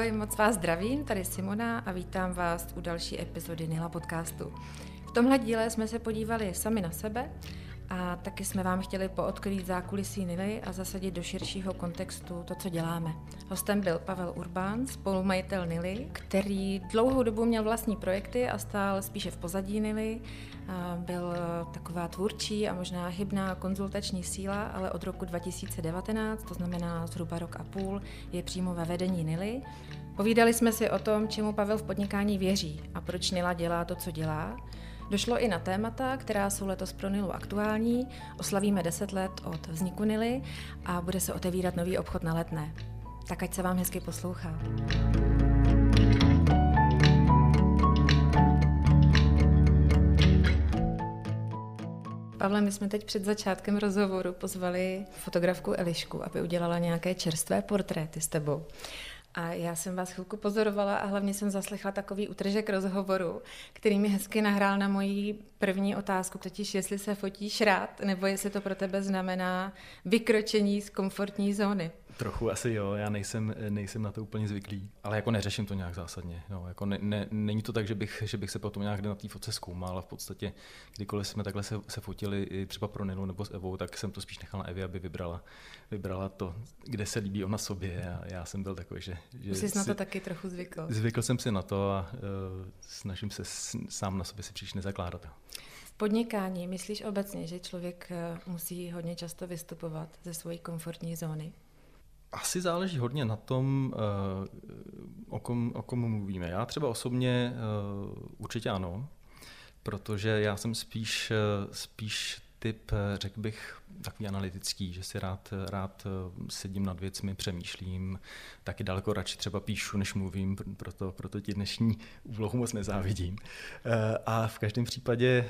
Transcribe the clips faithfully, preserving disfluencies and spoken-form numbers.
Ahoj, moc vás zdravím, tady Simona a vítám vás u další epizody Nila podcastu. V tomhle díle jsme se podívali sami na sebe a taky jsme vám chtěli poodkrýt zákulisí Nily a zasadit do širšího kontextu to, co děláme. Hostem byl Pavel Urbán, spolumajitel Nily, který dlouhou dobu měl vlastní projekty a stál spíše v pozadí Nily. Byl taková tvůrčí a možná hybná konzultační síla, ale od roku dva tisíce devatenáct, to znamená zhruba rok a půl, je přímo ve vedení Nily. Povídali jsme si o tom, čemu Pavel v podnikání věří a proč Nila dělá to, co dělá. Došlo i na témata, která jsou letos pro Nilu aktuální. Oslavíme deset let od vzniku Nily a bude se otevírat nový obchod na Letné. Tak ať se vám hezky poslouchá. Pavle, my jsme teď před začátkem rozhovoru pozvali fotografku Elišku, aby udělala nějaké čerstvé portréty s tebou. A já jsem vás chvilku pozorovala a hlavně jsem zaslechla takový útržek rozhovoru, který mi hezky nahrál na moji první otázku, totiž jestli se fotíš rád, nebo jestli to pro tebe znamená vykročení z komfortní zóny. Trochu asi jo, já nejsem, nejsem na to úplně zvyklý, ale jako neřeším to nějak zásadně. No, jako ne, ne, není to tak, že bych, že bych se potom nějak na té fotce zkoumal, ale v podstatě kdykoliv jsme takhle se, se fotili i třeba pro Nilu nebo s Evou, tak jsem to spíš nechal na Evě, aby vybrala, vybrala to, kde se líbí ona sobě a já jsem byl takový, že... že Jsi si, na to taky trochu zvykl. Zvykl jsem si na to a uh, snažím se s, sám na sobě si příliš nezakládat. V podnikání myslíš obecně, že člověk musí hodně často vystupovat ze své komfortní zóny? Asi záleží hodně na tom, o kom, o kom mluvíme. Já třeba osobně určitě ano, protože já jsem spíš, spíš typ, řekl bych, takový analytický, že si rád, rád sedím nad věcmi, přemýšlím, taky daleko radši třeba píšu, než mluvím, proto, proto ti dnešní úlohu moc nezávidím. A v každém případě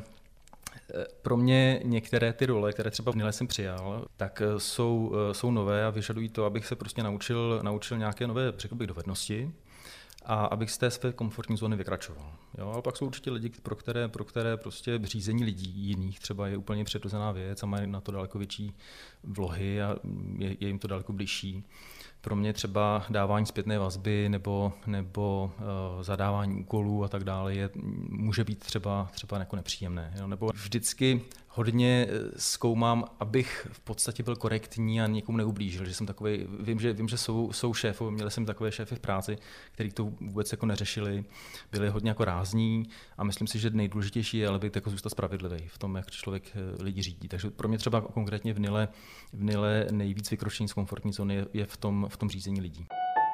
pro mě některé ty role, které třeba v Nile jsem přijal, tak jsou, jsou nové a vyžadují to, abych se prostě naučil, naučil nějaké nové, řekl bych, dovednosti a abych z té své komfortní zóny vykračoval. Jo, ale pak jsou určitě lidi, pro které, pro které prostě řízení lidí jiných třeba je úplně přirozená věc a mají na to daleko větší vlohy a je, je jim to daleko blížší. Pro mě třeba dávání zpětné vazby nebo, nebo uh, zadávání úkolů a tak dále je, může být třeba, třeba jako nepříjemné. Jo? Nebo vždycky hodně zkoumám, abych v podstatě byl korektní a někomu neublížil. Že jsem takovej, vím, že, vím, že jsou, jsou šéfové, měli jsem takové šéfy v práci, kteří to vůbec jako neřešili, byli hodně jako rázní a myslím si, že nejdůležitější je ale být jako zůstat spravedlivý v tom, jak člověk lidi řídí. Takže pro mě třeba konkrétně v Nile, v Nile nejvíc vykročení z komfortní zóny je, je v tom, v tom řízení lidí.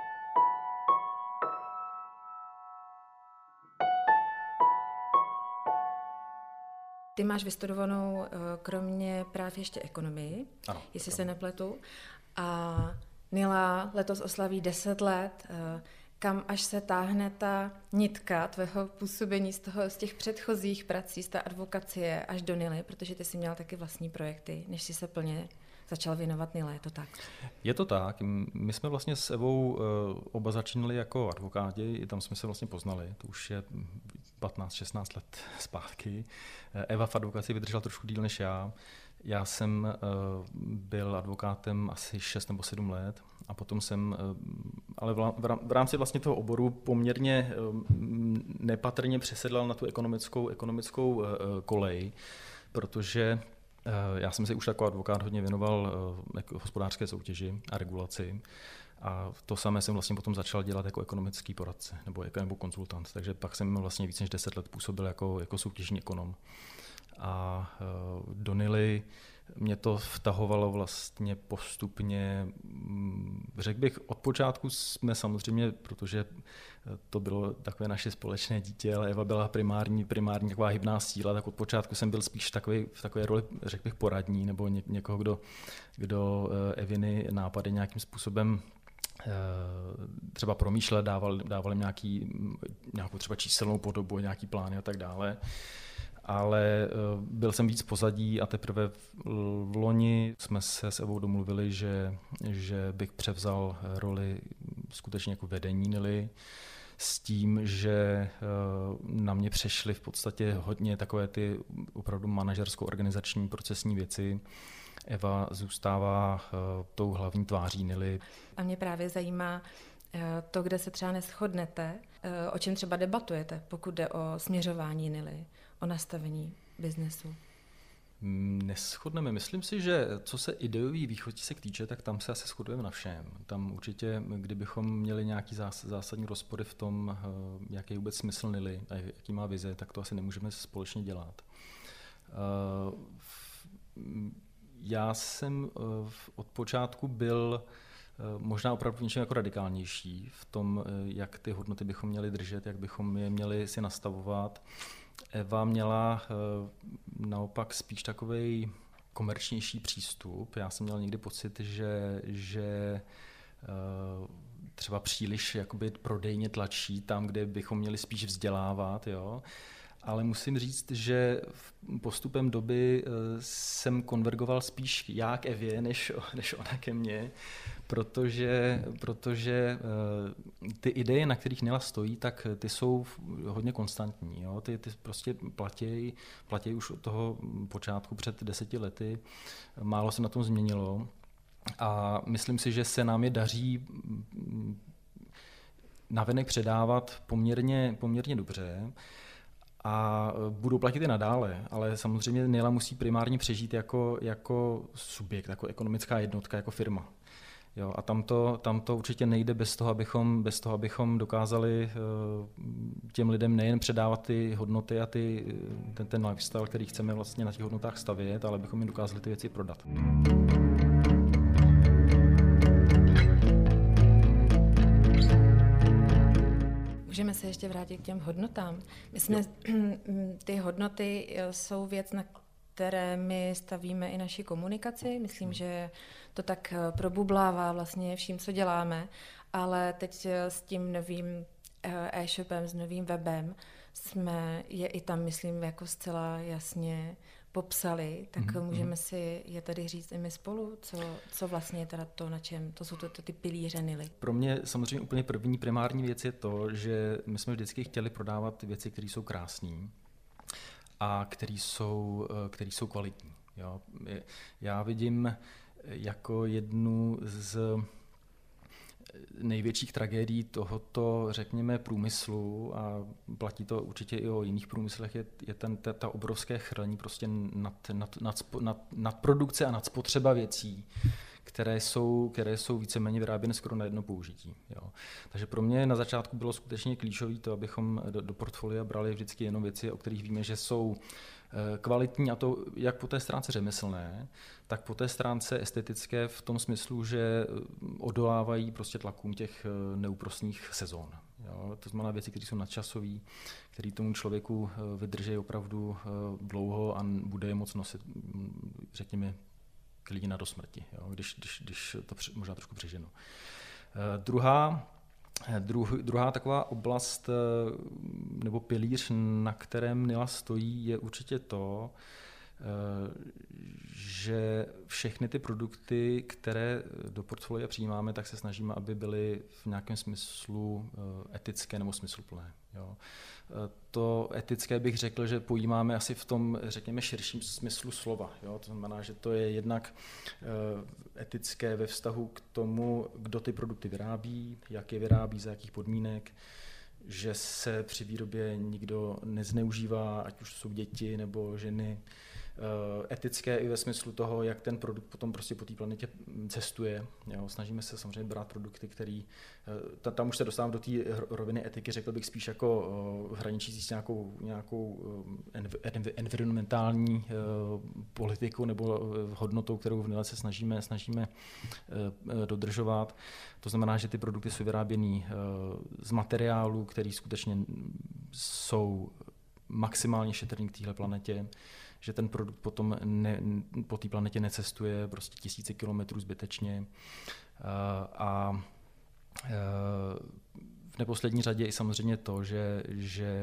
Ty máš vystudovanou kromě práv ještě ekonomii, ano, jestli ano. se nepletu. A Nila letos oslaví deset let. Kam až se táhne ta nitka tvého působení z, toho, z těch předchozích prací, z té advokacie až do Nily, protože ty jsi měl taky vlastní projekty, než jsi se plně začal věnovat Nile, je to tak? Je to tak. My jsme vlastně s Evou oba začínali jako advokáti, i tam jsme se vlastně poznali, to už je patnáct šestnáct let zpátky. Eva v advokaci vydržela trošku díl než já. Já jsem byl advokátem asi šest nebo sedm let a potom jsem, ale v rámci vlastně toho oboru poměrně nepatrně přesedlal na tu ekonomickou, ekonomickou kolej, protože já jsem se už jako advokát hodně věnoval jako hospodářské soutěži a regulaci. A to samé jsem vlastně potom začal dělat jako ekonomický poradce nebo, nebo konzultant. Takže pak jsem vlastně víc než deset let působil jako, jako soutěžní ekonom. A do Nily mě to vtahovalo vlastně postupně, řekl bych, od počátku jsme samozřejmě, protože to bylo takové naše společné dítě, ale Eva byla primární, primární taková hybná síla, tak od počátku jsem byl spíš takový, v takové roli, řekl bych, poradní nebo ně, někoho, kdo, kdo Eviny nápady nějakým způsobem třeba promýšlet, dával, dával jim nějaký, nějakou třeba číselnou podobu, nějaký plány a tak dále. Ale byl jsem víc pozadí a teprve v loni jsme se s Evou domluvili, že, že bych převzal roli skutečně jako vedení Nily s tím, že na mě přešly v podstatě hodně takové ty opravdu manažersko-organizační procesní věci. Eva zůstává tou hlavní tváří Nily. A mě právě zajímá, to, kde se třeba neshodnete, o čem třeba debatujete, pokud jde o směřování Nily, o nastavení biznesu? Neshodneme. Myslím si, že co se ideový východisek týče, tak tam se asi shodujeme na všem. Tam určitě, kdybychom měli nějaký zásadní rozpory v tom, jaký je vůbec smysl Nily a jaký má vize, tak to asi nemůžeme společně dělat. Já jsem od počátku byl možná opravdu něčem jako radikálnější v tom, jak ty hodnoty bychom měli držet, jak bychom je měli si nastavovat. Eva měla naopak spíš takovej komerčnější přístup. Já jsem měl někdy pocit, že, že třeba příliš jakoby prodejně tlačí tam, kde bychom měli spíš vzdělávat. Jo? Ale musím říct, že postupem doby jsem konvergoval spíš já k Evě, než, než ona ke mně, protože, protože ty ideje, na kterých Nila stojí, tak ty jsou hodně konstantní. Jo? Ty, ty prostě platí, platí už od toho počátku před deseti lety. Málo se na tom změnilo a myslím si, že se nám je daří navenek předávat poměrně, poměrně dobře. A budou platit i nadále, ale samozřejmě Nila musí primárně přežít jako, jako subjekt, jako ekonomická jednotka, jako firma. Jo, a tam to, tam to určitě nejde bez toho, abychom, bez toho, abychom dokázali těm lidem nejen předávat ty hodnoty a ty, ten, ten lifestyle, který chceme vlastně na těch hodnotách stavět, ale abychom jim dokázali ty věci prodat. Můžeme se ještě vrátit k těm hodnotám. My jsme, ty hodnoty jsou věc, na které my stavíme i naši komunikaci. Myslím, že to tak probublává vlastně vším, co děláme, ale teď s tím novým e-shopem, s novým webem jsme je i tam, myslím, jako zcela jasně popsali, tak mm-hmm. můžeme si je tady říct i my spolu, co, co vlastně je teda to, na čem, to jsou to, to ty pilíře Nily. Pro mě samozřejmě úplně první primární věc je to, že my jsme vždycky chtěli prodávat věci, které jsou krásné a které jsou, které jsou kvalitní. Jo? Já vidím jako jednu z největších tragédií tohoto, řekněme, průmyslu, a platí to určitě i o jiných průmyslech, je, je ten, ta, ta obrovské chrlení prostě nad, nad, nad, nad, nad produkce a nad spotřeba věcí, které jsou, které jsou víceméně vyráběny skoro na jedno použití. Jo. Takže pro mě na začátku bylo skutečně klíčové to, abychom do, do portfolia brali vždycky jenom věci, o kterých víme, že jsou kvalitní, a to jak po té stránce řemeslné, tak po té stránce estetické v tom smyslu, že odolávají prostě tlakům těch neúprosných sezón. Jo. To znamená věci, které jsou nadčasové, které tomu člověku vydrží opravdu dlouho a bude je moc nosit, řekněme, klidina do smrti, jo, když, když, když to možná trošku přeženu. Uh, druhá, druh, druhá taková oblast nebo pilíř, na kterém Nila stojí, je určitě to, uh, že všechny ty produkty, které do portfolia přijímáme, tak se snažíme, aby byly v nějakém smyslu uh, etické nebo smysluplné. Jo. To etické bych řekl, že pojímáme asi v tom, řekněme, širším smyslu slova. Jo. To znamená, že to je jednak etické ve vztahu k tomu, kdo ty produkty vyrábí, jak je vyrábí, za jakých podmínek, že se při výrobě nikdo nezneužívá, ať už jsou děti nebo ženy. Etické i ve smyslu toho, jak ten produkt potom prostě po té planetě cestuje. Jo, snažíme se samozřejmě brát produkty, který, tam už se dostávám do té roviny etiky, řekl bych spíš jako hraničící s nějakou, nějakou environmentální politikou nebo hodnotou, kterou v Nile se snažíme, snažíme dodržovat. To znamená, že ty produkty jsou vyráběny z materiálů, který skutečně jsou maximálně šetrný k téhle planetě, že ten produkt potom ne, po té planetě necestuje prostě tisíce kilometrů zbytečně. A v neposlední řadě i samozřejmě to, že, že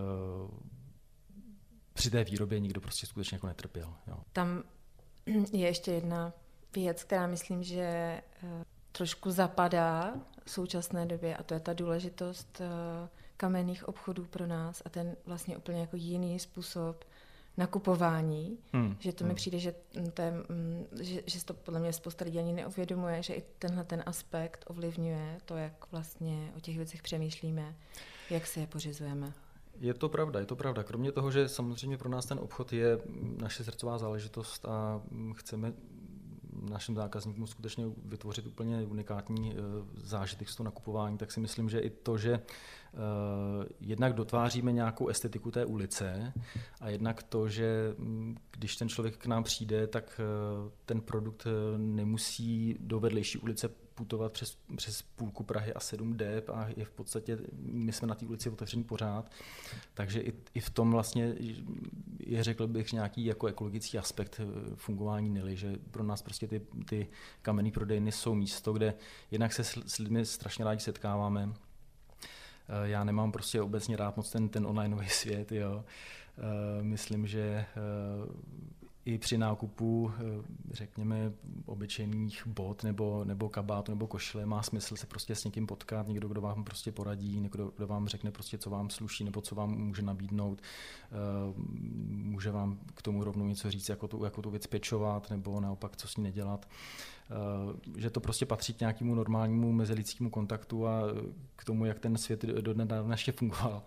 při té výrobě nikdo prostě skutečně jako netrpěl. Jo. Tam je ještě jedna věc, která myslím, že trošku zapadá v současné době, a to je ta důležitost kamenných obchodů pro nás a ten vlastně úplně jako jiný způsob nakupování, hmm. že to mi hmm. přijde, že, to je, že, že to podle mě spousta lidí ani neuvědomuje, že i tenhle ten aspekt ovlivňuje to, jak vlastně o těch věcech přemýšlíme, jak si je pořizujeme. Je to pravda, je to pravda. Kromě toho, že samozřejmě pro nás ten obchod je naše srdcová záležitost a chceme našim zákazníkům skutečně vytvořit úplně unikátní zážitek z toho nakupování, tak si myslím, že i to, že jednak dotváříme nějakou estetiku té ulice a jednak to, že když ten člověk k nám přijde, tak ten produkt nemusí do vedlejší ulice putovat přes, přes půlku Prahy a sedm dép a je v podstatě, my jsme na té ulici otevření pořád, takže i, i v tom vlastně je, řekl bych, nějaký jako ekologický aspekt fungování Nily, že pro nás prostě ty, ty kamenné prodejny jsou místo, kde jednak se s, s lidmi strašně rádi setkáváme. Já nemám prostě obecně rád moc ten, ten onlineový svět, jo. Myslím, že i při nákupu, řekněme, obyčejných bot nebo, nebo kabátu nebo košile má smysl se prostě s někým potkat, někdo, kdo vám prostě poradí, někdo, kdo vám řekne prostě, co vám sluší nebo co vám může nabídnout. Může vám k tomu rovnou něco říct, jako tu, jako tu věc pečovat nebo naopak, co s ní nedělat. Že to prostě patří k nějakému normálnímu mezilidskému kontaktu a k tomu, jak ten svět dodnedávna ještě fungoval.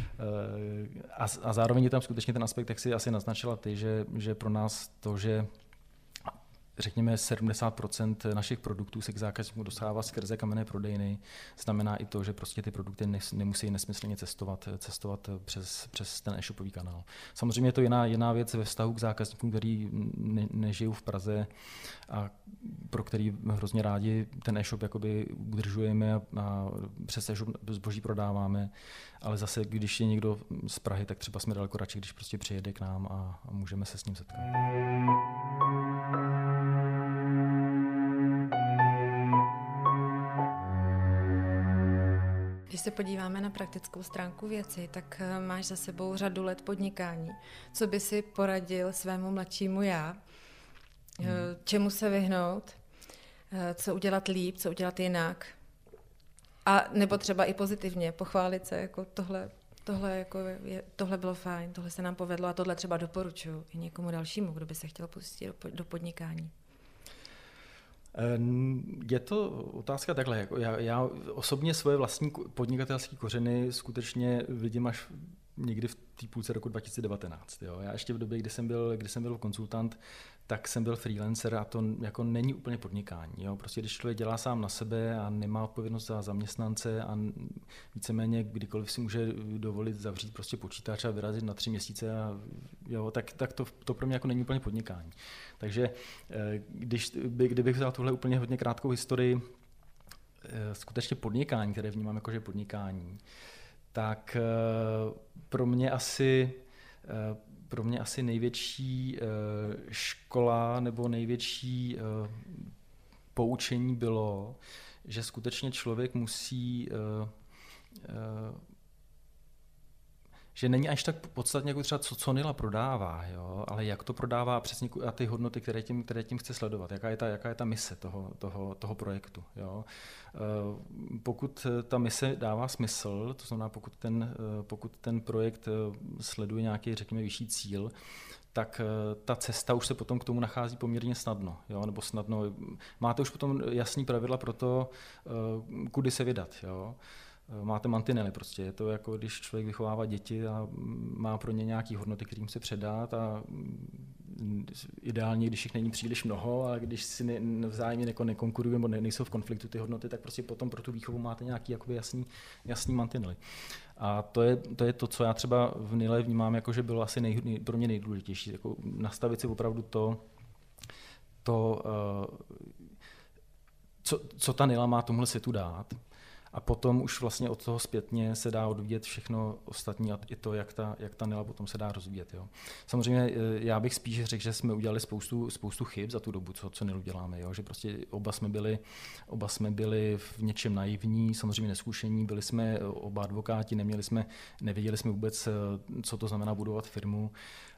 A, a zároveň je tam skutečně ten aspekt, jak si asi naznačila ty, že, že pro nás to, že řekněme sedmdesát procent našich produktů se k zákazníkům dostává skrze kamenné prodejny, znamená i to, že prostě ty produkty nemusí nesmyslně cestovat, cestovat přes, přes ten e-shopový kanál. Samozřejmě je to jiná, jiná věc ve vztahu k zákazníkům, který ne, nežijou v Praze a pro který hrozně rádi ten e-shop jakoby udržujeme a, a přes e-shop zboží prodáváme, ale zase, když je někdo z Prahy, tak třeba jsme daleko radši, když prostě přijede k nám a, a můžeme se s ním setkat. Když se podíváme na praktickou stránku věci, tak máš za sebou řadu let podnikání. Co by si poradil svému mladšímu já? Hmm. Čemu se vyhnout? Co udělat líp? Co udělat jinak? A nebo třeba i pozitivně pochválit se, jako tohle, tohle, jako je, tohle bylo fajn, tohle se nám povedlo a tohle třeba doporučuji i někomu dalšímu, kdo by se chtěl pustit do podnikání. Je to otázka takhle. Jako já, já osobně svoje vlastní podnikatelské kořeny skutečně vidím až někdy v té půlce roku dva tisíce devatenáct. Jo. Já ještě v době, kdy jsem byl, kdy jsem byl konzultant, tak jsem byl freelancer a to jako není úplně podnikání. Jo. Prostě když člověk dělá sám na sebe a nemá odpovědnost za zaměstnance a víceméně kdykoliv si může dovolit zavřít prostě počítač a vyrazit na tři měsíce, a, jo, tak, tak to, to pro mě jako není úplně podnikání. Takže když, kdybych vzal tuhle úplně hodně krátkou historii, skutečně podnikání, které vnímám jako že podnikání, tak pro mě asi pro mě asi největší škola nebo největší poučení bylo, že skutečně člověk musí, že není až tak podstatně jako třeba co, co Nila prodává, jo, ale jak to prodává a přesně a ty hodnoty, které tím, které tím chce sledovat, jaká je ta, jaká je ta mise toho, toho, toho projektu. Jo. Pokud ta mise dává smysl, to znamená, pokud ten, pokud ten projekt sleduje nějaký, řekněme, vyšší cíl, tak ta cesta už se potom k tomu nachází poměrně snadno, jo, nebo snadno. Máte už potom jasný pravidla pro to, kudy se vydat, jo. Máte mantinely prostě, je to jako když člověk vychovává děti a má pro ně nějaké hodnoty, kterým se předat a ideálně, když jich není příliš mnoho, ale když si vzájemně jako nekonkurují nebo nejsou v konfliktu ty hodnoty, tak prostě potom pro tu výchovu máte nějaký jakoby jasný, jasný mantinely. A to je, to je to, co já třeba v Nile vnímám, jako že bylo asi nej, nej, pro mě nejdůležitější, jako nastavit si opravdu to, to co, co ta Nila má tomuhle světu dát. A potom už vlastně od toho zpětně se dá odvíjet všechno ostatní a i to, jak ta, jak ta Nila potom se dá rozvíjet. Jo. Samozřejmě já bych spíš řekl, že jsme udělali spoustu, spoustu chyb za tu dobu, co, co Nilu děláme. Jo. Že prostě oba jsme, byli, oba jsme byli v něčem naivní, samozřejmě neskušení, byli jsme oba advokáti, neměli jsme, nevěděli jsme vůbec, co to znamená budovat firmu.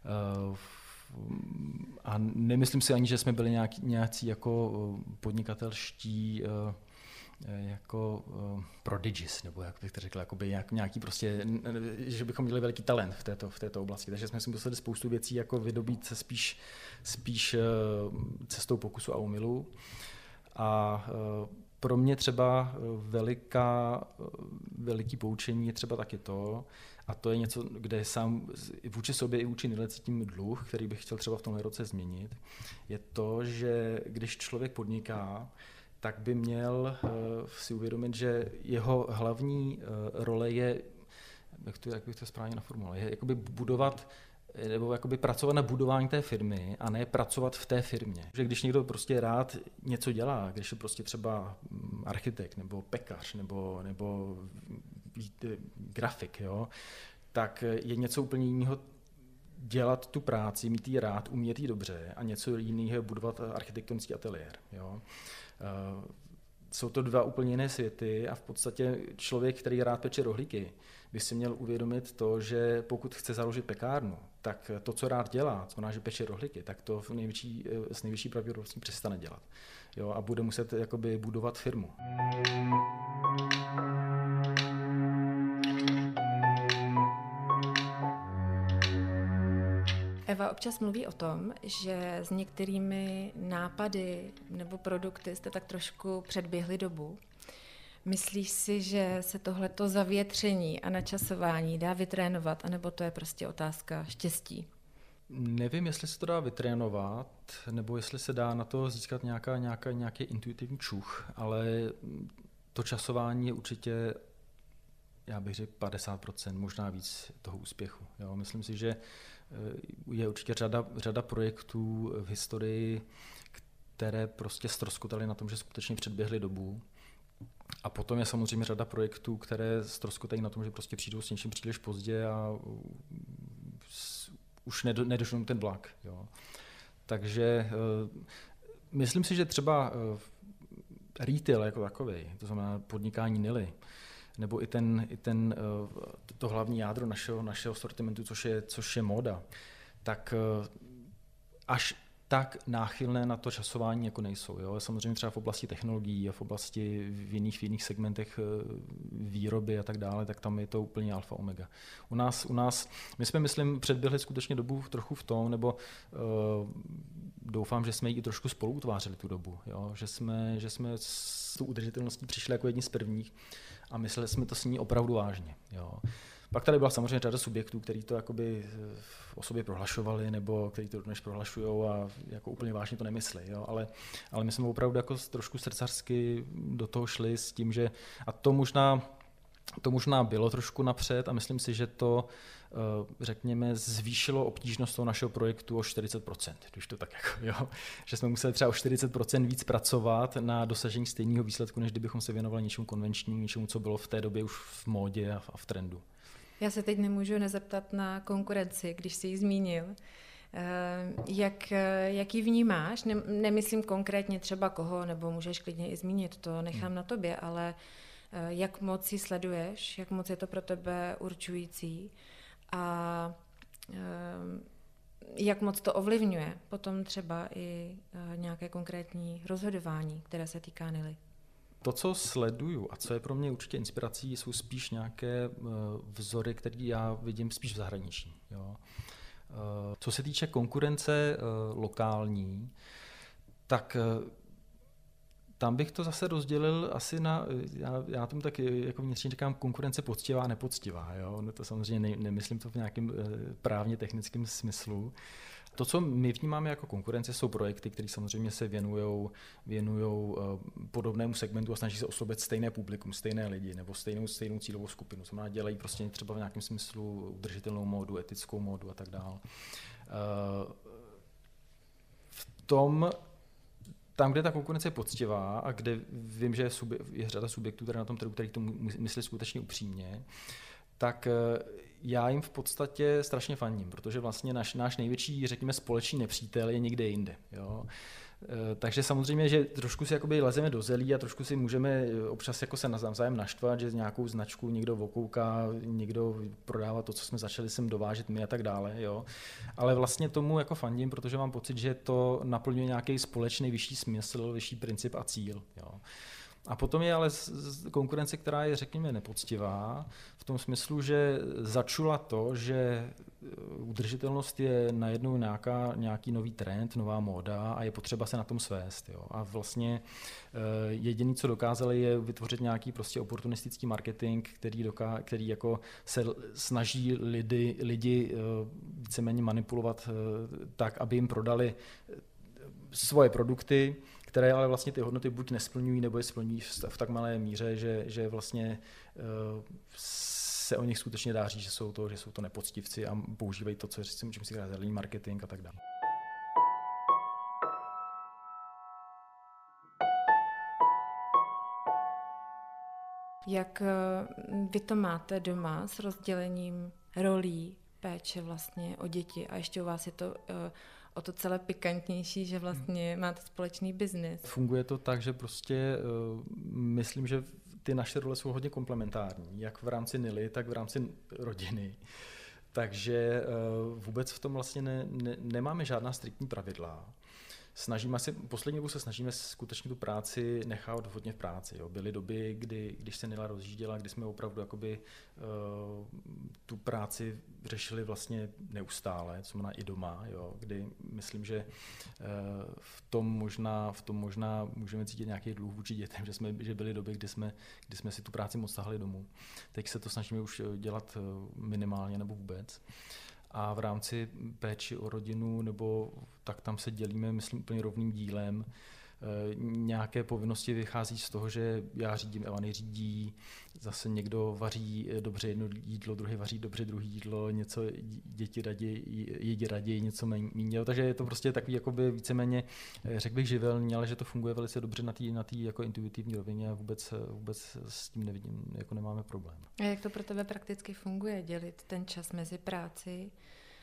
A nemyslím si ani, že jsme byli nějaký, nějací jako podnikatelští jako uh, prodigies, nebo jak bych to řekl, jakoby nějak, nějaký prostě, že bychom měli veliký talent v této, v této oblasti. Takže jsme si museli spoustu věcí jako vydobít se spíš, spíš uh, cestou pokusu a omylu. A uh, pro mě třeba veliká, veliký poučení je třeba taky to, a to je něco, kde sám vůči sobě i vůči Nile cítím dluh, který bych chtěl třeba v tomhle roce změnit, je to, že když člověk podniká, tak by měl si uvědomit, že jeho hlavní role je, jak, to, jak bych to správně naformuloval, je jakoby budovat nebo jakoby pracovat na budování té firmy a ne pracovat v té firmě. Že když někdo prostě rád něco dělá, když je prostě třeba architekt nebo pekař nebo, nebo grafik, jo, tak je něco úplně jiného dělat tu práci, mít ji rád, umět ji dobře a něco jiného je budovat architektonický ateliér. Jo. Jsou to dva úplně jiné světy a v podstatě člověk, který rád peče rohlíky, by si měl uvědomit to, že pokud chce založit pekárnu, tak to, co rád dělá, co znamená, že peče rohlíky, tak to v největší, s největší pravděpodobností přestane dělat. Jo, a bude muset jakoby budovat firmu. Eva občas mluví o tom, že s některými nápady nebo produkty jste tak trošku předběhli dobu. Myslíš si, že se tohleto zavětření a načasování dá vytrénovat, anebo to je prostě otázka štěstí? Nevím, jestli se to dá vytrénovat, nebo jestli se dá na to získat nějaká, nějaká, nějaký intuitivní čuch, ale to časování je určitě, já bych řekl, padesát procent, možná víc toho úspěchu. Jo, myslím si, že je určitě řada, řada projektů v historii, které prostě ztroskotaly na tom, že skutečně předběhly dobu. A potom je samozřejmě řada projektů, které ztroskotají na tom, že prostě přijdou s něčím příliš pozdě a už nedošel ten vlak. Jo. Takže myslím si, že třeba retail jako takový, to znamená podnikání Nily, nebo i, ten, i ten, to hlavní jádro našeho, našeho sortimentu, což je, což je móda, tak až tak náchylné na to časování jako nejsou. Jo? Samozřejmě třeba v oblasti technologií a v oblasti v jiných, v jiných segmentech výroby a tak dále, tak tam je to úplně alfa omega. U nás, u nás my jsme, myslím, předběhli skutečně dobu trochu v tom, nebo uh, doufám, že jsme ji i trošku spolu utvářeli tu dobu. Jo? Že jsme, že jsme s tou udržitelností přišli jako jedni z prvních a mysleli jsme to s ní opravdu vážně. Jo? Pak tady byla samozřejmě řada subjektů, kteří to jakoby o sobě prohlašovali, nebo kteří to dnes prohlašují a jako úplně vážně to nemyslí. Jo? Ale, ale my jsme opravdu jako trošku srdcařsky do toho šli s tím, že a to možná, to možná bylo trošku napřed a myslím si, že to, řekněme, zvýšilo obtížnost toho našeho projektu o čtyřicet procent, když to tak jako, jo? Že jsme museli třeba o čtyřicet procent víc pracovat na dosažení stejného výsledku, než kdybychom se věnovali něčemu konvenčnímu, něčemu, co bylo v té době už v módě a v trendu. Já se teď nemůžu nezeptat na konkurenci, když jsi ji zmínil. Jak, jak ji vnímáš? Ne, nemyslím konkrétně třeba koho, nebo můžeš klidně i zmínit, to nechám hmm. na tobě, ale jak moc ji sleduješ, jak moc je to pro tebe určující a jak moc to ovlivňuje potom třeba i nějaké konkrétní rozhodování, které se týká Nily? To, co sleduju a co je pro mě určitě inspirací, jsou spíš nějaké vzory, které já vidím spíš v zahraničí. Jo. Co se týče konkurence lokální, tak tam bych to zase rozdělil asi na, já, já tomu tak jako vnitřně říkám, konkurence poctivá a nepoctivá. Jo. No to samozřejmě ne, nemyslím to v nějakém právně technickém smyslu. To, co my vnímáme jako konkurence, jsou projekty, které samozřejmě se věnujou, věnujou podobnému segmentu a snaží se oslovit stejné publikum, stejné lidi nebo stejnou, stejnou cílovou skupinu. Znamená, dělají prostě třeba v nějakém smyslu udržitelnou módu, etickou módu a tak dále. V tom, tam, kde ta konkurence je poctivá a kde vím, že je, subje, je řada subjektů tady na tom trhu, který to myslí skutečně upřímně, tak já jim v podstatě strašně fandím, protože vlastně náš, náš největší, řekněme, společný nepřítel je někde jinde. Jo? Takže samozřejmě, že trošku si jakoby lezeme do zelí a trošku si můžeme občas jako se navzájem naštvat, že nějakou značku někdo okouká, někdo prodává to, co jsme začali sem dovážet my a tak dále. Jo? Ale vlastně tomu jako fandím, protože mám pocit, že to naplňuje nějaký společný vyšší smysl, vyšší princip a cíl. Jo? A potom je ale konkurence, která je, řekněme, nepoctivá, v tom smyslu, že začula to, že udržitelnost je najednou nějaká, nějaký nový trend, nová móda a je potřeba se na tom svést. Jo. A vlastně jediné, co dokázali, je vytvořit nějaký prostě oportunistický marketing, který, doká, který jako se snaží lidi, lidi víceméně manipulovat tak, aby jim prodali svoje produkty, které ale vlastně ty hodnoty buď nesplňují, nebo je splňují v tak malé míře, že, že vlastně uh, se o nich skutečně dá říct, že jsou to, že jsou to nepoctivci a používají to, co čím si říká zelený marketing a tak dále. Jak vy to máte doma s rozdělením rolí péče vlastně o děti a ještě u vás je to uh, o to celé pikantnější, že vlastně máte společný biznis. Funguje to tak, že prostě uh, myslím, že ty naše role jsou hodně komplementární, jak v rámci Nily, tak v rámci rodiny. Takže uh, vůbec v tom vlastně ne, ne, nemáme žádná striktní pravidla. Snažíme se, poslední dobu se snažíme skutečně tu práci nechat hodně v práci. Jo. Byly doby, kdy, když se Nila rozjížděla, kdy jsme opravdu jakoby, uh, tu práci řešili vlastně neustále, co má i doma, jo, kdy myslím, že uh, v tom možná, v tom možná můžeme cítit nějaký dluh vůči dětem, že, jsme, že byly doby, kdy jsme, kdy jsme si tu práci moc tahli domů. Teď se to snažíme už dělat minimálně nebo vůbec. A v rámci péči o rodinu, nebo tak tam se dělíme, myslím, úplně rovným dílem. E, nějaké povinnosti vychází z toho, že já řídím, Eva neřídí, zase někdo vaří dobře jedno jídlo, druhý vaří dobře druhé jídlo, něco děti raději, jedí raději, něco méně. Takže je to prostě takový jakoby víceméně, řekl bych, živelný, ale že to funguje velice dobře na té na té jako intuitivní rovině a vůbec, vůbec s tím nevidím, jako nemáme problém. A jak to pro tebe prakticky funguje, dělit ten čas mezi práci,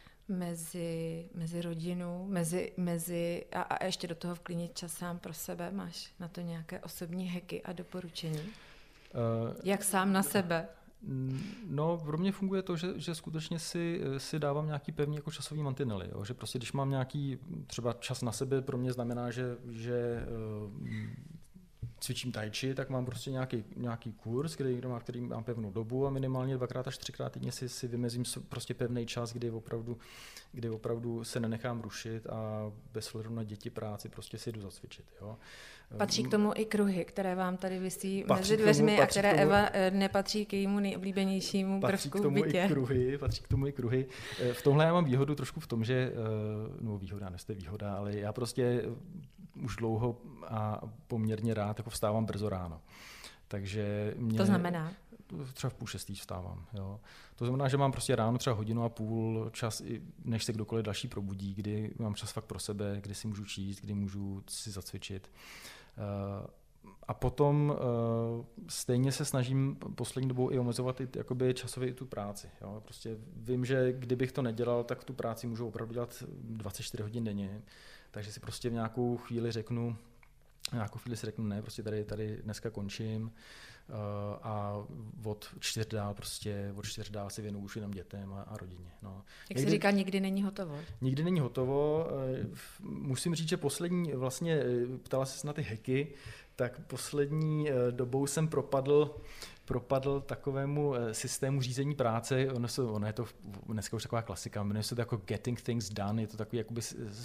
mezi, mezi rodinu, mezi, mezi a, a ještě do toho vklínit čas sám pro sebe? Máš na to nějaké osobní hacky a doporučení? Uh, Jak sám na sebe? No, pro mě funguje to, že, že skutečně si, si dávám nějaký pevný jako časový mantinely. Jo? Že prostě, když mám nějaký třeba čas na sebe, pro mě znamená, že, že uh, cvičím tai chi, tak mám prostě nějaký, nějaký kurz, který, který mám pevnou dobu a minimálně dvakrát až třikrát týdně si, si vymezím prostě pevný čas, kdy opravdu, kdy opravdu se nenechám rušit a bez ohledu na děti, práci prostě si jdu zacvičit. Jo. Patří k tomu i kruhy, které vám tady visí mezi dveřmi tomu, a které tomu, Eva nepatří k jejímu nejoblíbenějšímu kroužku v bytě. Patří k tomu i kruhy, patří k tomu i kruhy. V tomhle já mám výhodu trošku v tom, že, no výhoda, ne, to je výhoda, ale já prostě už dlouho a poměrně rád jako vstávám brzo ráno. Takže mě, to znamená? Třeba v půl šestý vstávám. Jo. To znamená, že mám prostě ráno třeba hodinu a půl čas, než se kdokoliv další probudí, kdy mám čas fakt pro sebe, kdy si můžu číst, kdy můžu si zacvičit. A potom stejně se snažím poslední dobou i omezovat i jakoby časově i tu práci. Jo. Prostě vím, že kdybych to nedělal, tak tu práci můžu opravdu dělat dvacet čtyři hodin denně. Takže si prostě v nějakou chvíli řeknu, v nějakou chvíli si řeknu, ne, prostě tady, tady dneska končím uh, a od čtyř dál prostě, od čtyř dál si věnuju už jenom dětem a, a rodině. No. Jak někdy, jsi říkal, nikdy není hotovo? Nikdy není hotovo. Musím říct, že poslední, vlastně ptala se na ty hacky, tak poslední dobou jsem propadl propadl takovému systému řízení práce. Ono, se, ono je to dneska už taková klasika, jmenuje se to jako Getting Things Done, je to takový jakoby,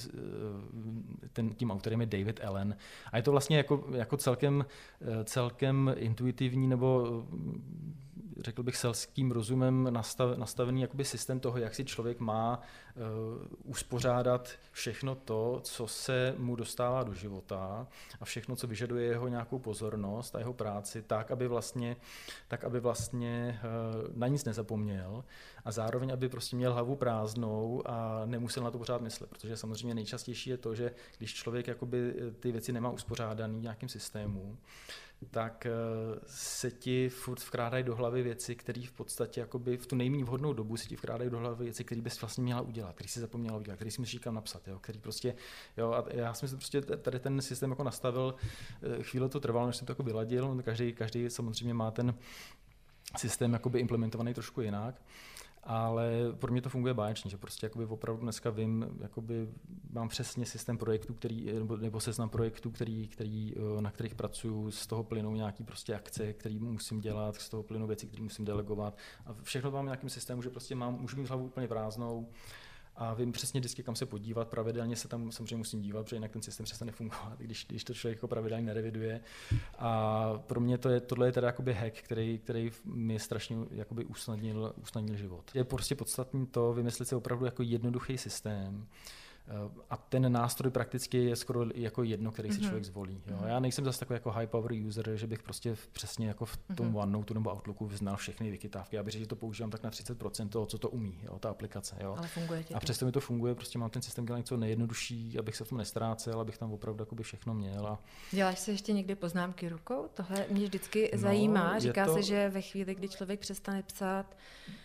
ten, tím autorem je David Allen a je to vlastně jako, jako celkem, celkem intuitivní nebo řekl bych selským rozumem nastav, nastavený jakoby systém toho, jak si člověk má uh, uspořádat všechno to, co se mu dostává do života a všechno, co vyžaduje jeho nějakou pozornost a jeho práci, tak, aby vlastně, tak, aby vlastně uh, na nic nezapomněl a zároveň, aby prostě měl hlavu prázdnou a nemusel na to pořád myslet, protože samozřejmě nejčastější je to, že když člověk jakoby ty věci nemá uspořádaný v nějakém systému, tak se ti furt vkrádají do hlavy věci, které v podstatě jakoby v tu nejméně vhodnou dobu se ti vkrádají do hlavy věci, které bys vlastně měla udělat, které si zapomněla udělat, které si musíš kam napsat, jo, který prostě, jo, a já jsem si prostě tady ten systém jako nastavil, chvíli to trvalo, než jsem to jako vyladil, každý, každý samozřejmě má ten systém jakoby implementovaný trošku jinak. ale pro mě to funguje báječně, že prostě jakoby opravdu dneska vím, jakoby mám přesně systém projektů, který, nebo, nebo seznam projektů, který, který, na kterých pracuju, z toho plynou nějaký prostě akce, který musím dělat, z toho plynou věci, které musím delegovat a všechno mám v nějakém systému, že prostě mám, můžu mít hlavu úplně prázdnou a vím přesně vždycky, kam se podívat, pravidelně se tam samozřejmě musím dívat, protože jinak ten systém přestane fungovat, když, když to člověk jako pravidelně nereviduje. A pro mě to je, tohle je teda jakoby hack, který, který mi strašně jakoby usnadnil, usnadnil život. Je prostě podstatné to vymyslet si opravdu jako jednoduchý systém, a ten nástroj prakticky je skoro jako jedno, který si člověk zvolí. Jo. Já nejsem zase takový jako high power user, že bych prostě přesně jako v tom OneNote nebo Outlooku znal všechny vykytávky. Já bych řekl, že to používám tak na třicet procent toho, co to umí, jo, ta aplikace. Jo. Ale funguje ti a přesto mi to funguje, prostě mám ten systém dělaný co nejjednodušší, abych se v tom nestrácel, abych tam opravdu všechno měl. A... Děláš si ještě někdy poznámky rukou? Tohle mě vždycky no, zajímá. Říká to... se, že ve chvíli, kdy člověk přestane psát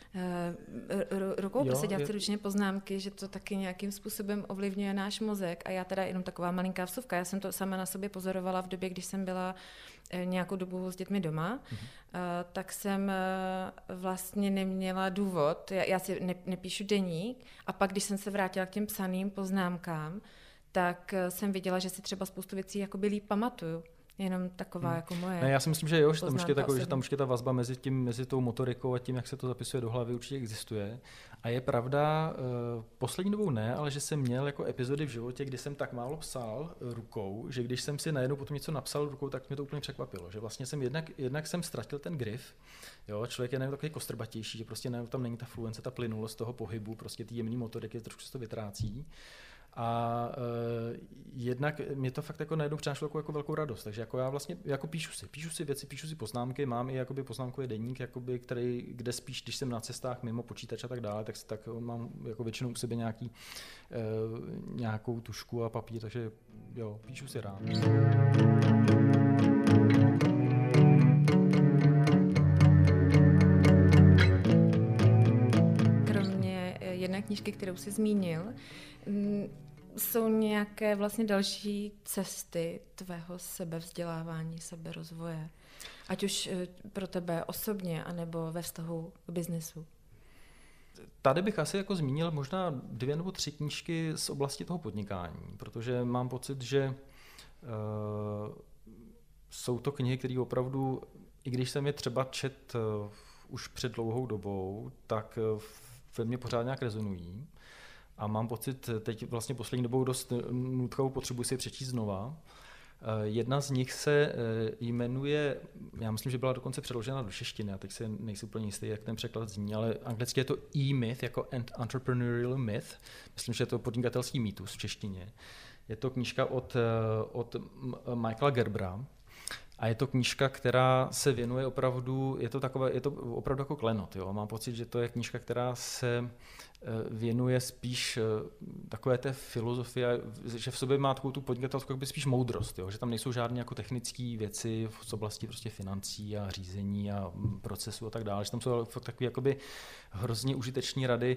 rukou, prostě dělat si ručně poznámky, že to taky nějakým způsobem ovlivňuje náš mozek. A já teda jenom taková malinká vsuvka, já jsem to sama na sobě pozorovala v době, když jsem byla nějakou dobu s dětmi doma, mm-hmm. tak jsem vlastně neměla důvod, já, já si ne, nepíšu deník a pak, když jsem se vrátila k těm psaným poznámkám, tak jsem viděla, že si třeba spoustu věcí jakoby líp pamatuju. Jenom taková hmm. jako moje. Ne, já si myslím, že jo, že tam, určitě takový, že tam určitě ta vazba mezi tím, mezi tou motorikou a tím, jak se to zapisuje do hlavy, určitě existuje. A je pravda, uh, poslední dobou ne, ale že jsem měl jako epizody v životě, kdy jsem tak málo psal rukou, že když jsem si najednou potom něco napsal rukou, tak mě to úplně překvapilo. Že vlastně jsem jednak, jednak jsem ztratil ten grif. Jo, člověk je najednou takový kostrbatější, že prostě najednou tam není ta fluence, ta plynulost toho pohybu, prostě ty jemný motoriky, trošku se to vytrácí. A uh, jednak mě to fakt jako najednou přinášelo jako, jako velkou radost, takže jako já vlastně jako píšu si, píšu si věci, píšu si poznámky, mám i jakoby poznámkový deník, jakoby, který, kde spíš, když jsem na cestách mimo počítač a tak dále, tak, tak mám jako většinou u sebe nějaký, uh, nějakou tušku a papír, takže jo, píšu si rád. Kromě jedné knížky, kterou jsi zmínil, jsou nějaké vlastně další cesty tvého sebevzdělávání, seberozvoje? Ať už pro tebe osobně, anebo ve vztahu k biznesu? Tady bych asi jako zmínil možná dvě nebo tři knížky z oblasti toho podnikání, protože mám pocit, že uh, jsou to knihy, které opravdu, i když jsem je třeba čet uh, už před dlouhou dobou, tak uh, ve mně pořád nějak rezonují. A mám pocit, teď vlastně poslední dobou dost nutkou potřebuji si je přečíst znova. Jedna z nich se jmenuje, já myslím, že byla dokonce přeložena do češtiny, a teď se nejsem úplně jistý, jak ten překlad zní, ale anglicky je to E-myth, jako entrepreneurial myth. Myslím, že je to podnikatelský mýtus v češtině. Je to knížka od, od Michaela Gerbera. A je to knížka, která se věnuje opravdu, je to, takové, je to opravdu jako klenot. Jo? Mám pocit, že to je knížka, která se věnuje spíš takové té filozofie, že v sobě má takovou tu podnikatelskou jakoby spíš moudrost, jo? Že tam nejsou žádné jako technické věci v oblasti prostě financí a řízení a procesu a tak dále, že tam jsou fakt takové jakoby hrozně užitečné rady.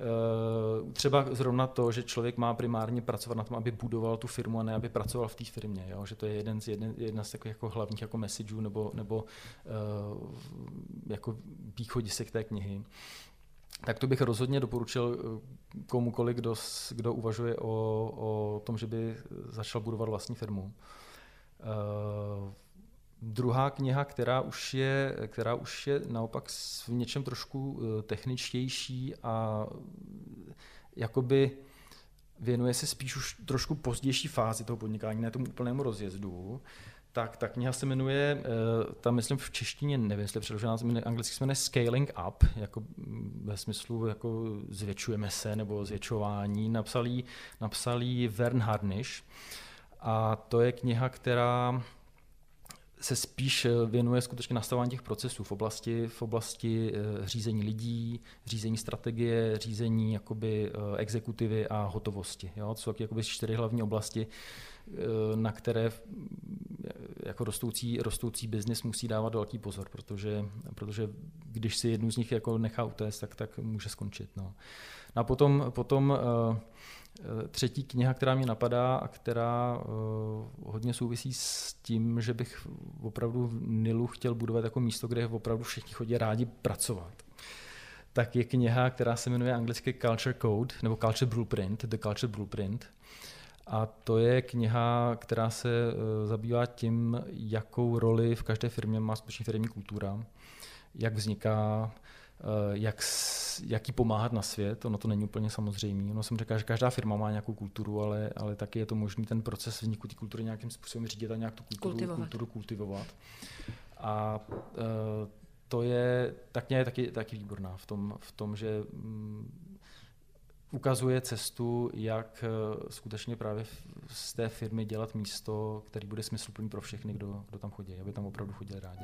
Třeba zrovna to, že člověk má primárně pracovat na tom, aby budoval tu firmu a ne aby pracoval v té firmě, jo? Že to je jeden z, jeden, jedna z takových jako hlavních jako messageů nebo, nebo uh, jako východisek té knihy. Tak to bych rozhodně doporučil komukoliv, kdo, kdo uvažuje o, o tom, že by začal budovat vlastní firmu. Uh, druhá kniha, která už je, která už je naopak v něčem trošku techničtější a jakoby věnuje se spíš už trošku pozdější fázi toho podnikání, ne tomu úplnému rozjezdu. Tak ta kniha se jmenuje, tam myslím v češtině, nevím, jestli je přeložená, anglicky se jmenuje Scaling Up, jako ve smyslu jako zvětšujeme se nebo zvětšování, napsal jí, napsal jí Vern Harnish. A to je kniha, která se spíš věnuje skutečně nastavování těch procesů v oblasti, v oblasti řízení lidí, řízení strategie, řízení jakoby exekutivy a hotovosti. Jo? To jsou jakoby čtyři hlavní oblasti, na které jako rostoucí, rostoucí biznis musí dávat velký pozor, protože, protože když si jednu z nich jako nechá utéct, tak, tak může skončit. No. A potom, potom uh, třetí kniha, která mě napadá a která uh, hodně souvisí s tím, že bych opravdu v Nilu chtěl budovat jako místo, kde opravdu všichni chodí rádi pracovat. tak je kniha, která se jmenuje anglicky Culture Code, nebo Culture Blueprint, The Culture Blueprint. A to je kniha, která se zabývá tím, jakou roli v každé firmě má skutečně firemní kultura, jak vzniká, jak, jak jí pomáhat na svět. Ono to není úplně samozřejmé. Ono jsem řekl, že každá firma má nějakou kulturu, ale, ale taky je to možný ten proces vzniku té kultury nějakým způsobem řídit a nějak tu kulturu kultivovat. Kulturu kultivovat. A to je, tak je taky, taky výborná v tom, v tom že mm, ukazuje cestu, jak skutečně právě z té firmy dělat místo, který bude smysluplný pro všechny, kdo, kdo tam chodí, aby tam opravdu chodili rádi.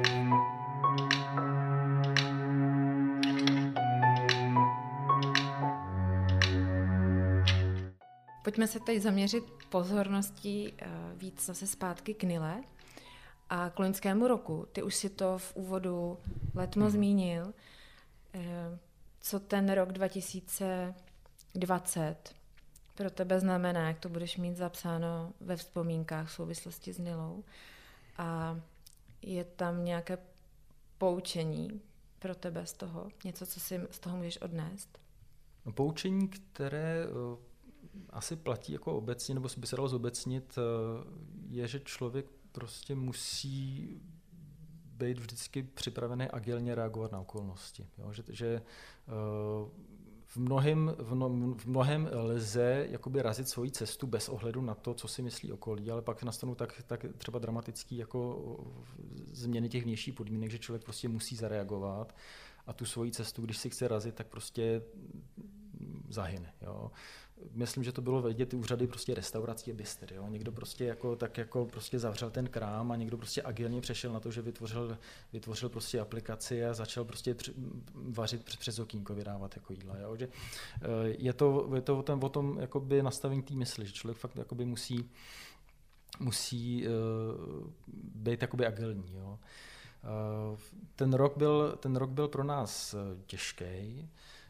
Pojďme se teď zaměřit pozorností víc zase zpátky k Nile a k loňskému roku. Ty už si to v úvodu letmo hmm. zmínil. Co ten rok dva tisíce dvacet pro tebe znamená, jak to budeš mít zapsáno ve vzpomínkách v souvislosti s Nilou? A je tam nějaké poučení pro tebe z toho? Něco, co si z toho můžeš odnést? No, poučení, které uh, asi platí jako obecně, nebo by se dalo zobecnit, uh, je, že člověk prostě musí být vždycky připravený agilně reagovat na okolnosti. Jo? Že, že uh, v, mnohém, v, no, v mnohém lze jakoby razit svoji cestu bez ohledu na to, co si myslí okolí, ale pak nastanou tak, tak třeba dramatický jako změny těch vnějších podmínek, že člověk prostě musí zareagovat a tu svoji cestu, když si chce razit, tak prostě zahyne. Jo? Myslím, že to bylo vidět ty úřady prostě restaurací a bister. Jo? Někdo prostě jako, tak jako prostě zavřel ten krám a někdo prostě agilně přešel na to, že vytvořil, vytvořil prostě aplikaci a začal prostě při, vařit přes okýnko, vydávat jako jídla. Jo? Že, je to, je to o tom, o tom jakoby nastavení té mysli, že člověk fakt jakoby musí, musí uh, být jakoby agilní. Jo? Uh, ten, rok byl, ten rok byl pro nás těžký.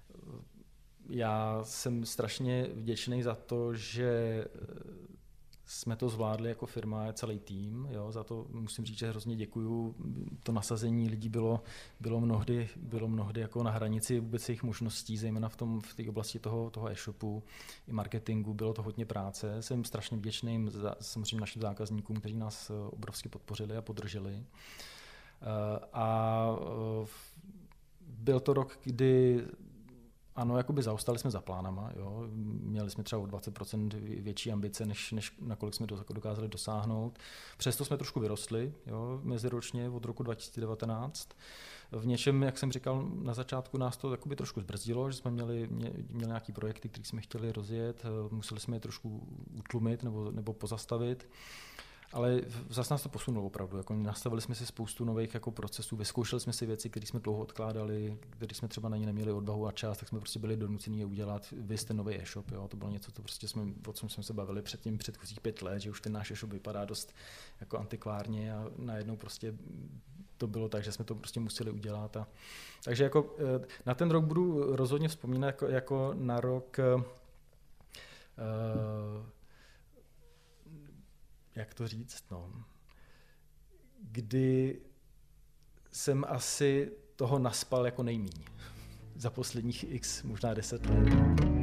Já jsem strašně vděčný za to, že jsme to zvládli jako firma, celý tým. Jo, za to musím říct, že hrozně děkuju. To nasazení lidí bylo, bylo mnohdy, bylo mnohdy jako na hranici vůbec jejich možností, zejména v tom v té oblasti toho, toho e-shopu i marketingu. Bylo to hodně práce. Jsem strašně vděčný za, samozřejmě našim zákazníkům, kteří nás obrovsky podpořili a podrželi. A byl to rok, kdy ano, jakoby zaostali jsme za plánama, jo. Měli jsme třeba o dvacet procent větší ambice, než, než nakolik jsme dokázali dosáhnout. Přesto jsme trošku vyrostli, jo, meziročně od roku dva tisíce devatenáct. V něčem, jak jsem říkal na začátku, nás to jakoby trošku zbrzdilo, že jsme měli, měli nějaké projekty, které jsme chtěli rozjet, museli jsme je trošku utlumit nebo, nebo pozastavit. Ale zase nás to posunulo opravdu. Jako nastavili jsme si spoustu nových jako procesů, vyzkoušeli jsme si věci, které jsme dlouho odkládali, které jsme třeba na ně neměli odvahu a čas, tak jsme prostě byli donuceni je udělat. Vy jste nový e-shop, jo? To bylo něco, co prostě jsme, o čem jsme se bavili předtím předchozích pět let, že už ten náš e-shop vypadá dost jako antikvárně a najednou prostě to bylo tak, že jsme to prostě museli udělat. A, takže jako na ten rok budu rozhodně vzpomínat jako, jako na rok uh, jak to říct, no, kdy jsem asi toho naspal jako nejmíň za posledních x, možná deset let.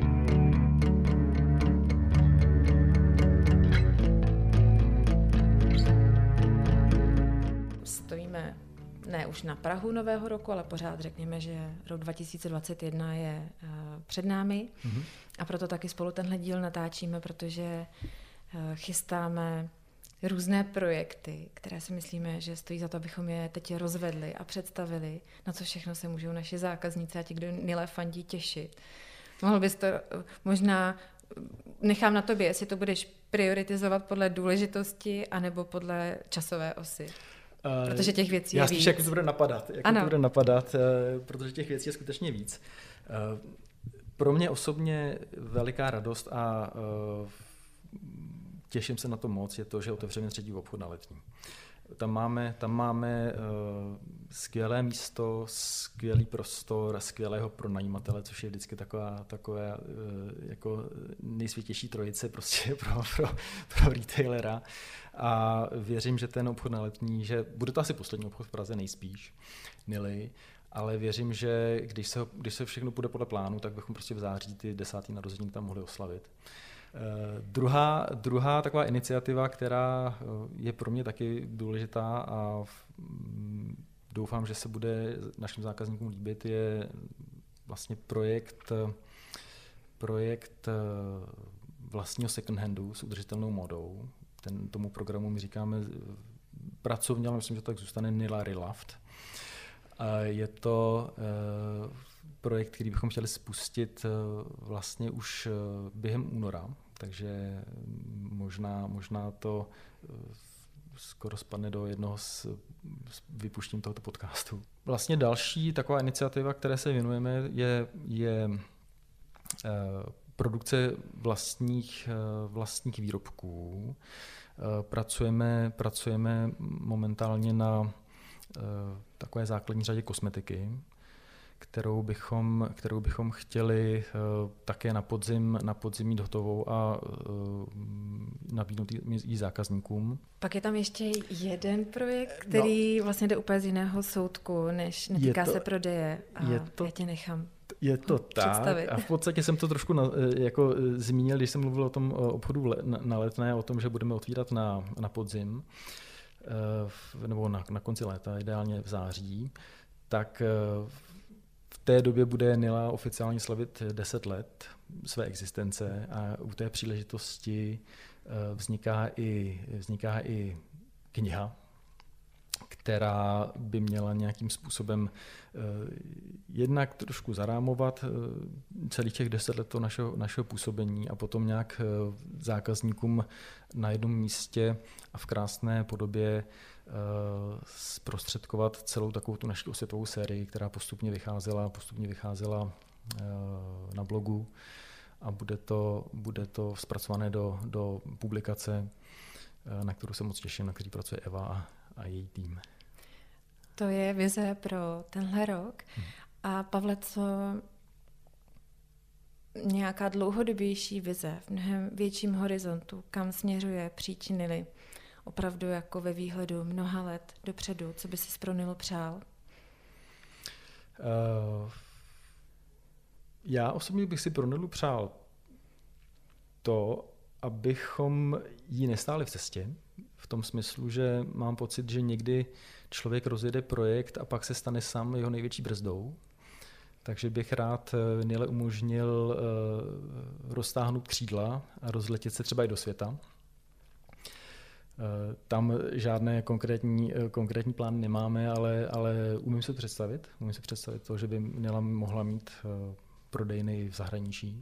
Stojíme ne už na prahu nového roku, ale pořád řekněme, že rok dva tisíce dvacet jedna je uh, před námi mm-hmm. a proto taky spolu tenhle díl natáčíme, protože uh, chystáme různé projekty, které si myslíme, že stojí za to, abychom je teď rozvedli a představili, na co všechno se můžou naši zákazníci a ti, kdo Nile fandí, těšit. Mohl bys to možná, nechám na tobě, jestli to budeš prioritizovat podle důležitosti anebo podle časové osy. Uh, protože těch věcí je víc. Já spíš, jak to bude napadat, jak to bude napadat, uh, protože těch věcí je skutečně víc. Uh, pro mě osobně veliká radost a uh, těším se na to moc, je to, že otevřeme třetí obchod na Letní. Tam máme, tam máme uh, skvělé místo, skvělý prostor, skvělého pronajímatele, což je vždycky taková, taková uh, jako nejsvětější trojice prostě pro, pro, pro retailera. A věřím, že ten obchod na Letní, že bude to asi poslední obchod v Praze nejspíš, Nily, ale věřím, že když se, když se všechno půjde podle plánu, tak bychom prostě v září ty desátý narozeniny tam mohli oslavit. Uh, druhá, druhá taková iniciativa, která je pro mě taky důležitá a v, m, doufám, že se bude našim zákazníkům líbit, je vlastně projekt, projekt vlastního second handu s udržitelnou modou. Ten, tomu programu my říkáme pracovně, ale myslím, že to tak zůstane Nila Reloved. Je to projekt, který bychom chtěli spustit vlastně už během února, takže možná, možná to skoro spadne do jednoho z, z vypuštění tohoto podcastu. Vlastně další taková iniciativa, které se věnujeme, je, je eh, produkce vlastních, eh, vlastních výrobků. Eh, pracujeme, pracujeme momentálně na eh, takové základní řadě kosmetiky, kterou bychom, kterou bychom chtěli uh, také na podzim, na podzim mít hotovou a uh, nabídnout ji zákazníkům. Pak je tam ještě jeden projekt, který no, vlastně jde úplně z jiného soudku, než netýká to, se prodeje. A je to, já tě nechám Je to tak a v podstatě jsem to trošku na, jako zmínil, když jsem mluvil o tom obchodu na, na Letné, o tom, že budeme otvírat na, na podzim, uh, nebo na, na konci léta, ideálně v září, tak uh, v té době bude Nila oficiálně slavit deset let své existence a u té příležitosti vzniká i, vzniká i kniha, která by měla nějakým způsobem jednak trošku zarámovat celých těch deset let toho našeho, našeho působení a potom nějak zákazníkům na jednom místě a v krásné podobě zprostředkovat celou takovou tu naši osvětovou sérii, která postupně vycházela, postupně vycházela na blogu a bude to, bude to zpracované do, do publikace, na kterou se moc těším, na který pracuje Eva a, a její tým. To je vize pro tenhle rok. Hmm. A Pavle, co nějaká dlouhodobější vize v mnohem větším horizontu, kam směřuje příčiny opravdu jako ve výhledu mnoha let dopředu, co by si pro Nilu přál? Uh, já osobně bych si pro Nilu přál to, abychom jí nestáli v cestě, v tom smyslu, že mám pocit, že někdy člověk rozjede projekt a pak se stane sám jeho největší brzdou. Takže bych rád Nile umožnil uh, roztáhnout křídla a rozletět se třeba i do světa. Tam žádné konkrétní, konkrétní plán nemáme, ale, ale umím si představit. Umím si představit to, že by Nila mohla mít prodejny v zahraničí.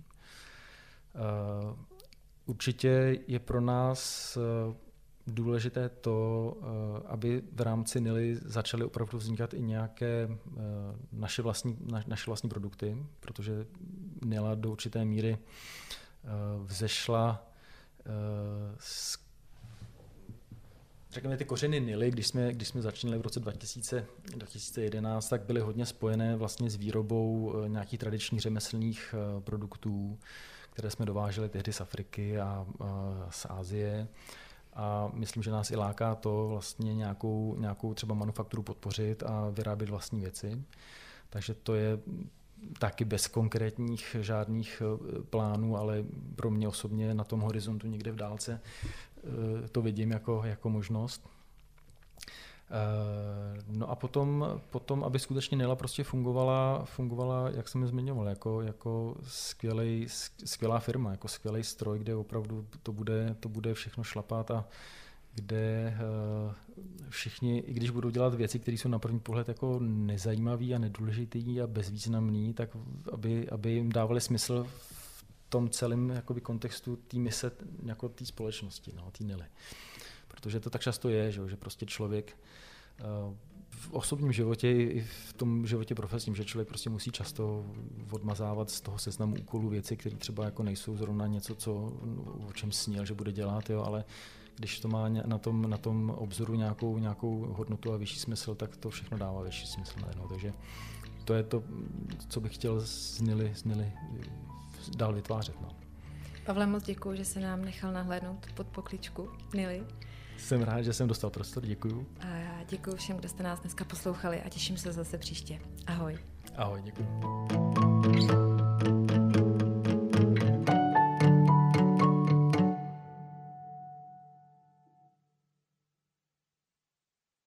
Určitě je pro nás důležité to, aby v rámci Nily začaly opravdu vznikat i nějaké naše vlastní, naše vlastní produkty, protože Nila do určité míry vzešla z Řekněme, ty kořeny Nily, když jsme, když jsme začínali v roce dva tisíce, dva tisíce jedenáct, tak byly hodně spojené vlastně s výrobou nějakých tradičních řemeslných produktů, které jsme dováželi tehdy z Afriky a, a z Asie. A myslím, že nás i láká to vlastně nějakou, nějakou třeba manufakturu podpořit a vyrábět vlastní věci. Takže to je taky bez konkrétních žádných plánů, ale pro mě osobně na tom horizontu někde v dálce to vidím jako, jako možnost. No a potom, potom aby skutečně Nila prostě fungovala, fungovala, jak jsem zmiňoval, jako, jako skvělej, skvělá firma, jako skvělý stroj, kde opravdu to bude, to bude všechno šlapat a kde všichni, i když budou dělat věci, které jsou na první pohled jako nezajímavý a nedůležitý a bezvýznamný, tak aby, aby jim dávali smysl v tom celém jakoby kontextu té mise jako té společnosti, no, té Nily. Protože to tak často je, že, že prostě člověk v osobním životě i v tom životě profesním, že člověk prostě musí často odmazávat z toho seznamu úkolů věci, které třeba jako nejsou zrovna něco, co, o čem snil, že bude dělat, jo, ale když to má na tom, na tom obzoru nějakou, nějakou hodnotu a vyšší smysl, tak to všechno dává vyšší smysl najednou. Takže to je to, co bych chtěl z Nily, z Nily dál vytvářet. No. Pavle, moc děkuju, že se nám nechal nahlédnout pod pokličku Nily. Jsem rád, že jsem dostal prostor, děkuju. A já děkuju všem, kdo jste nás dneska poslouchali a těším se zase příště. Ahoj. Ahoj, děkuju.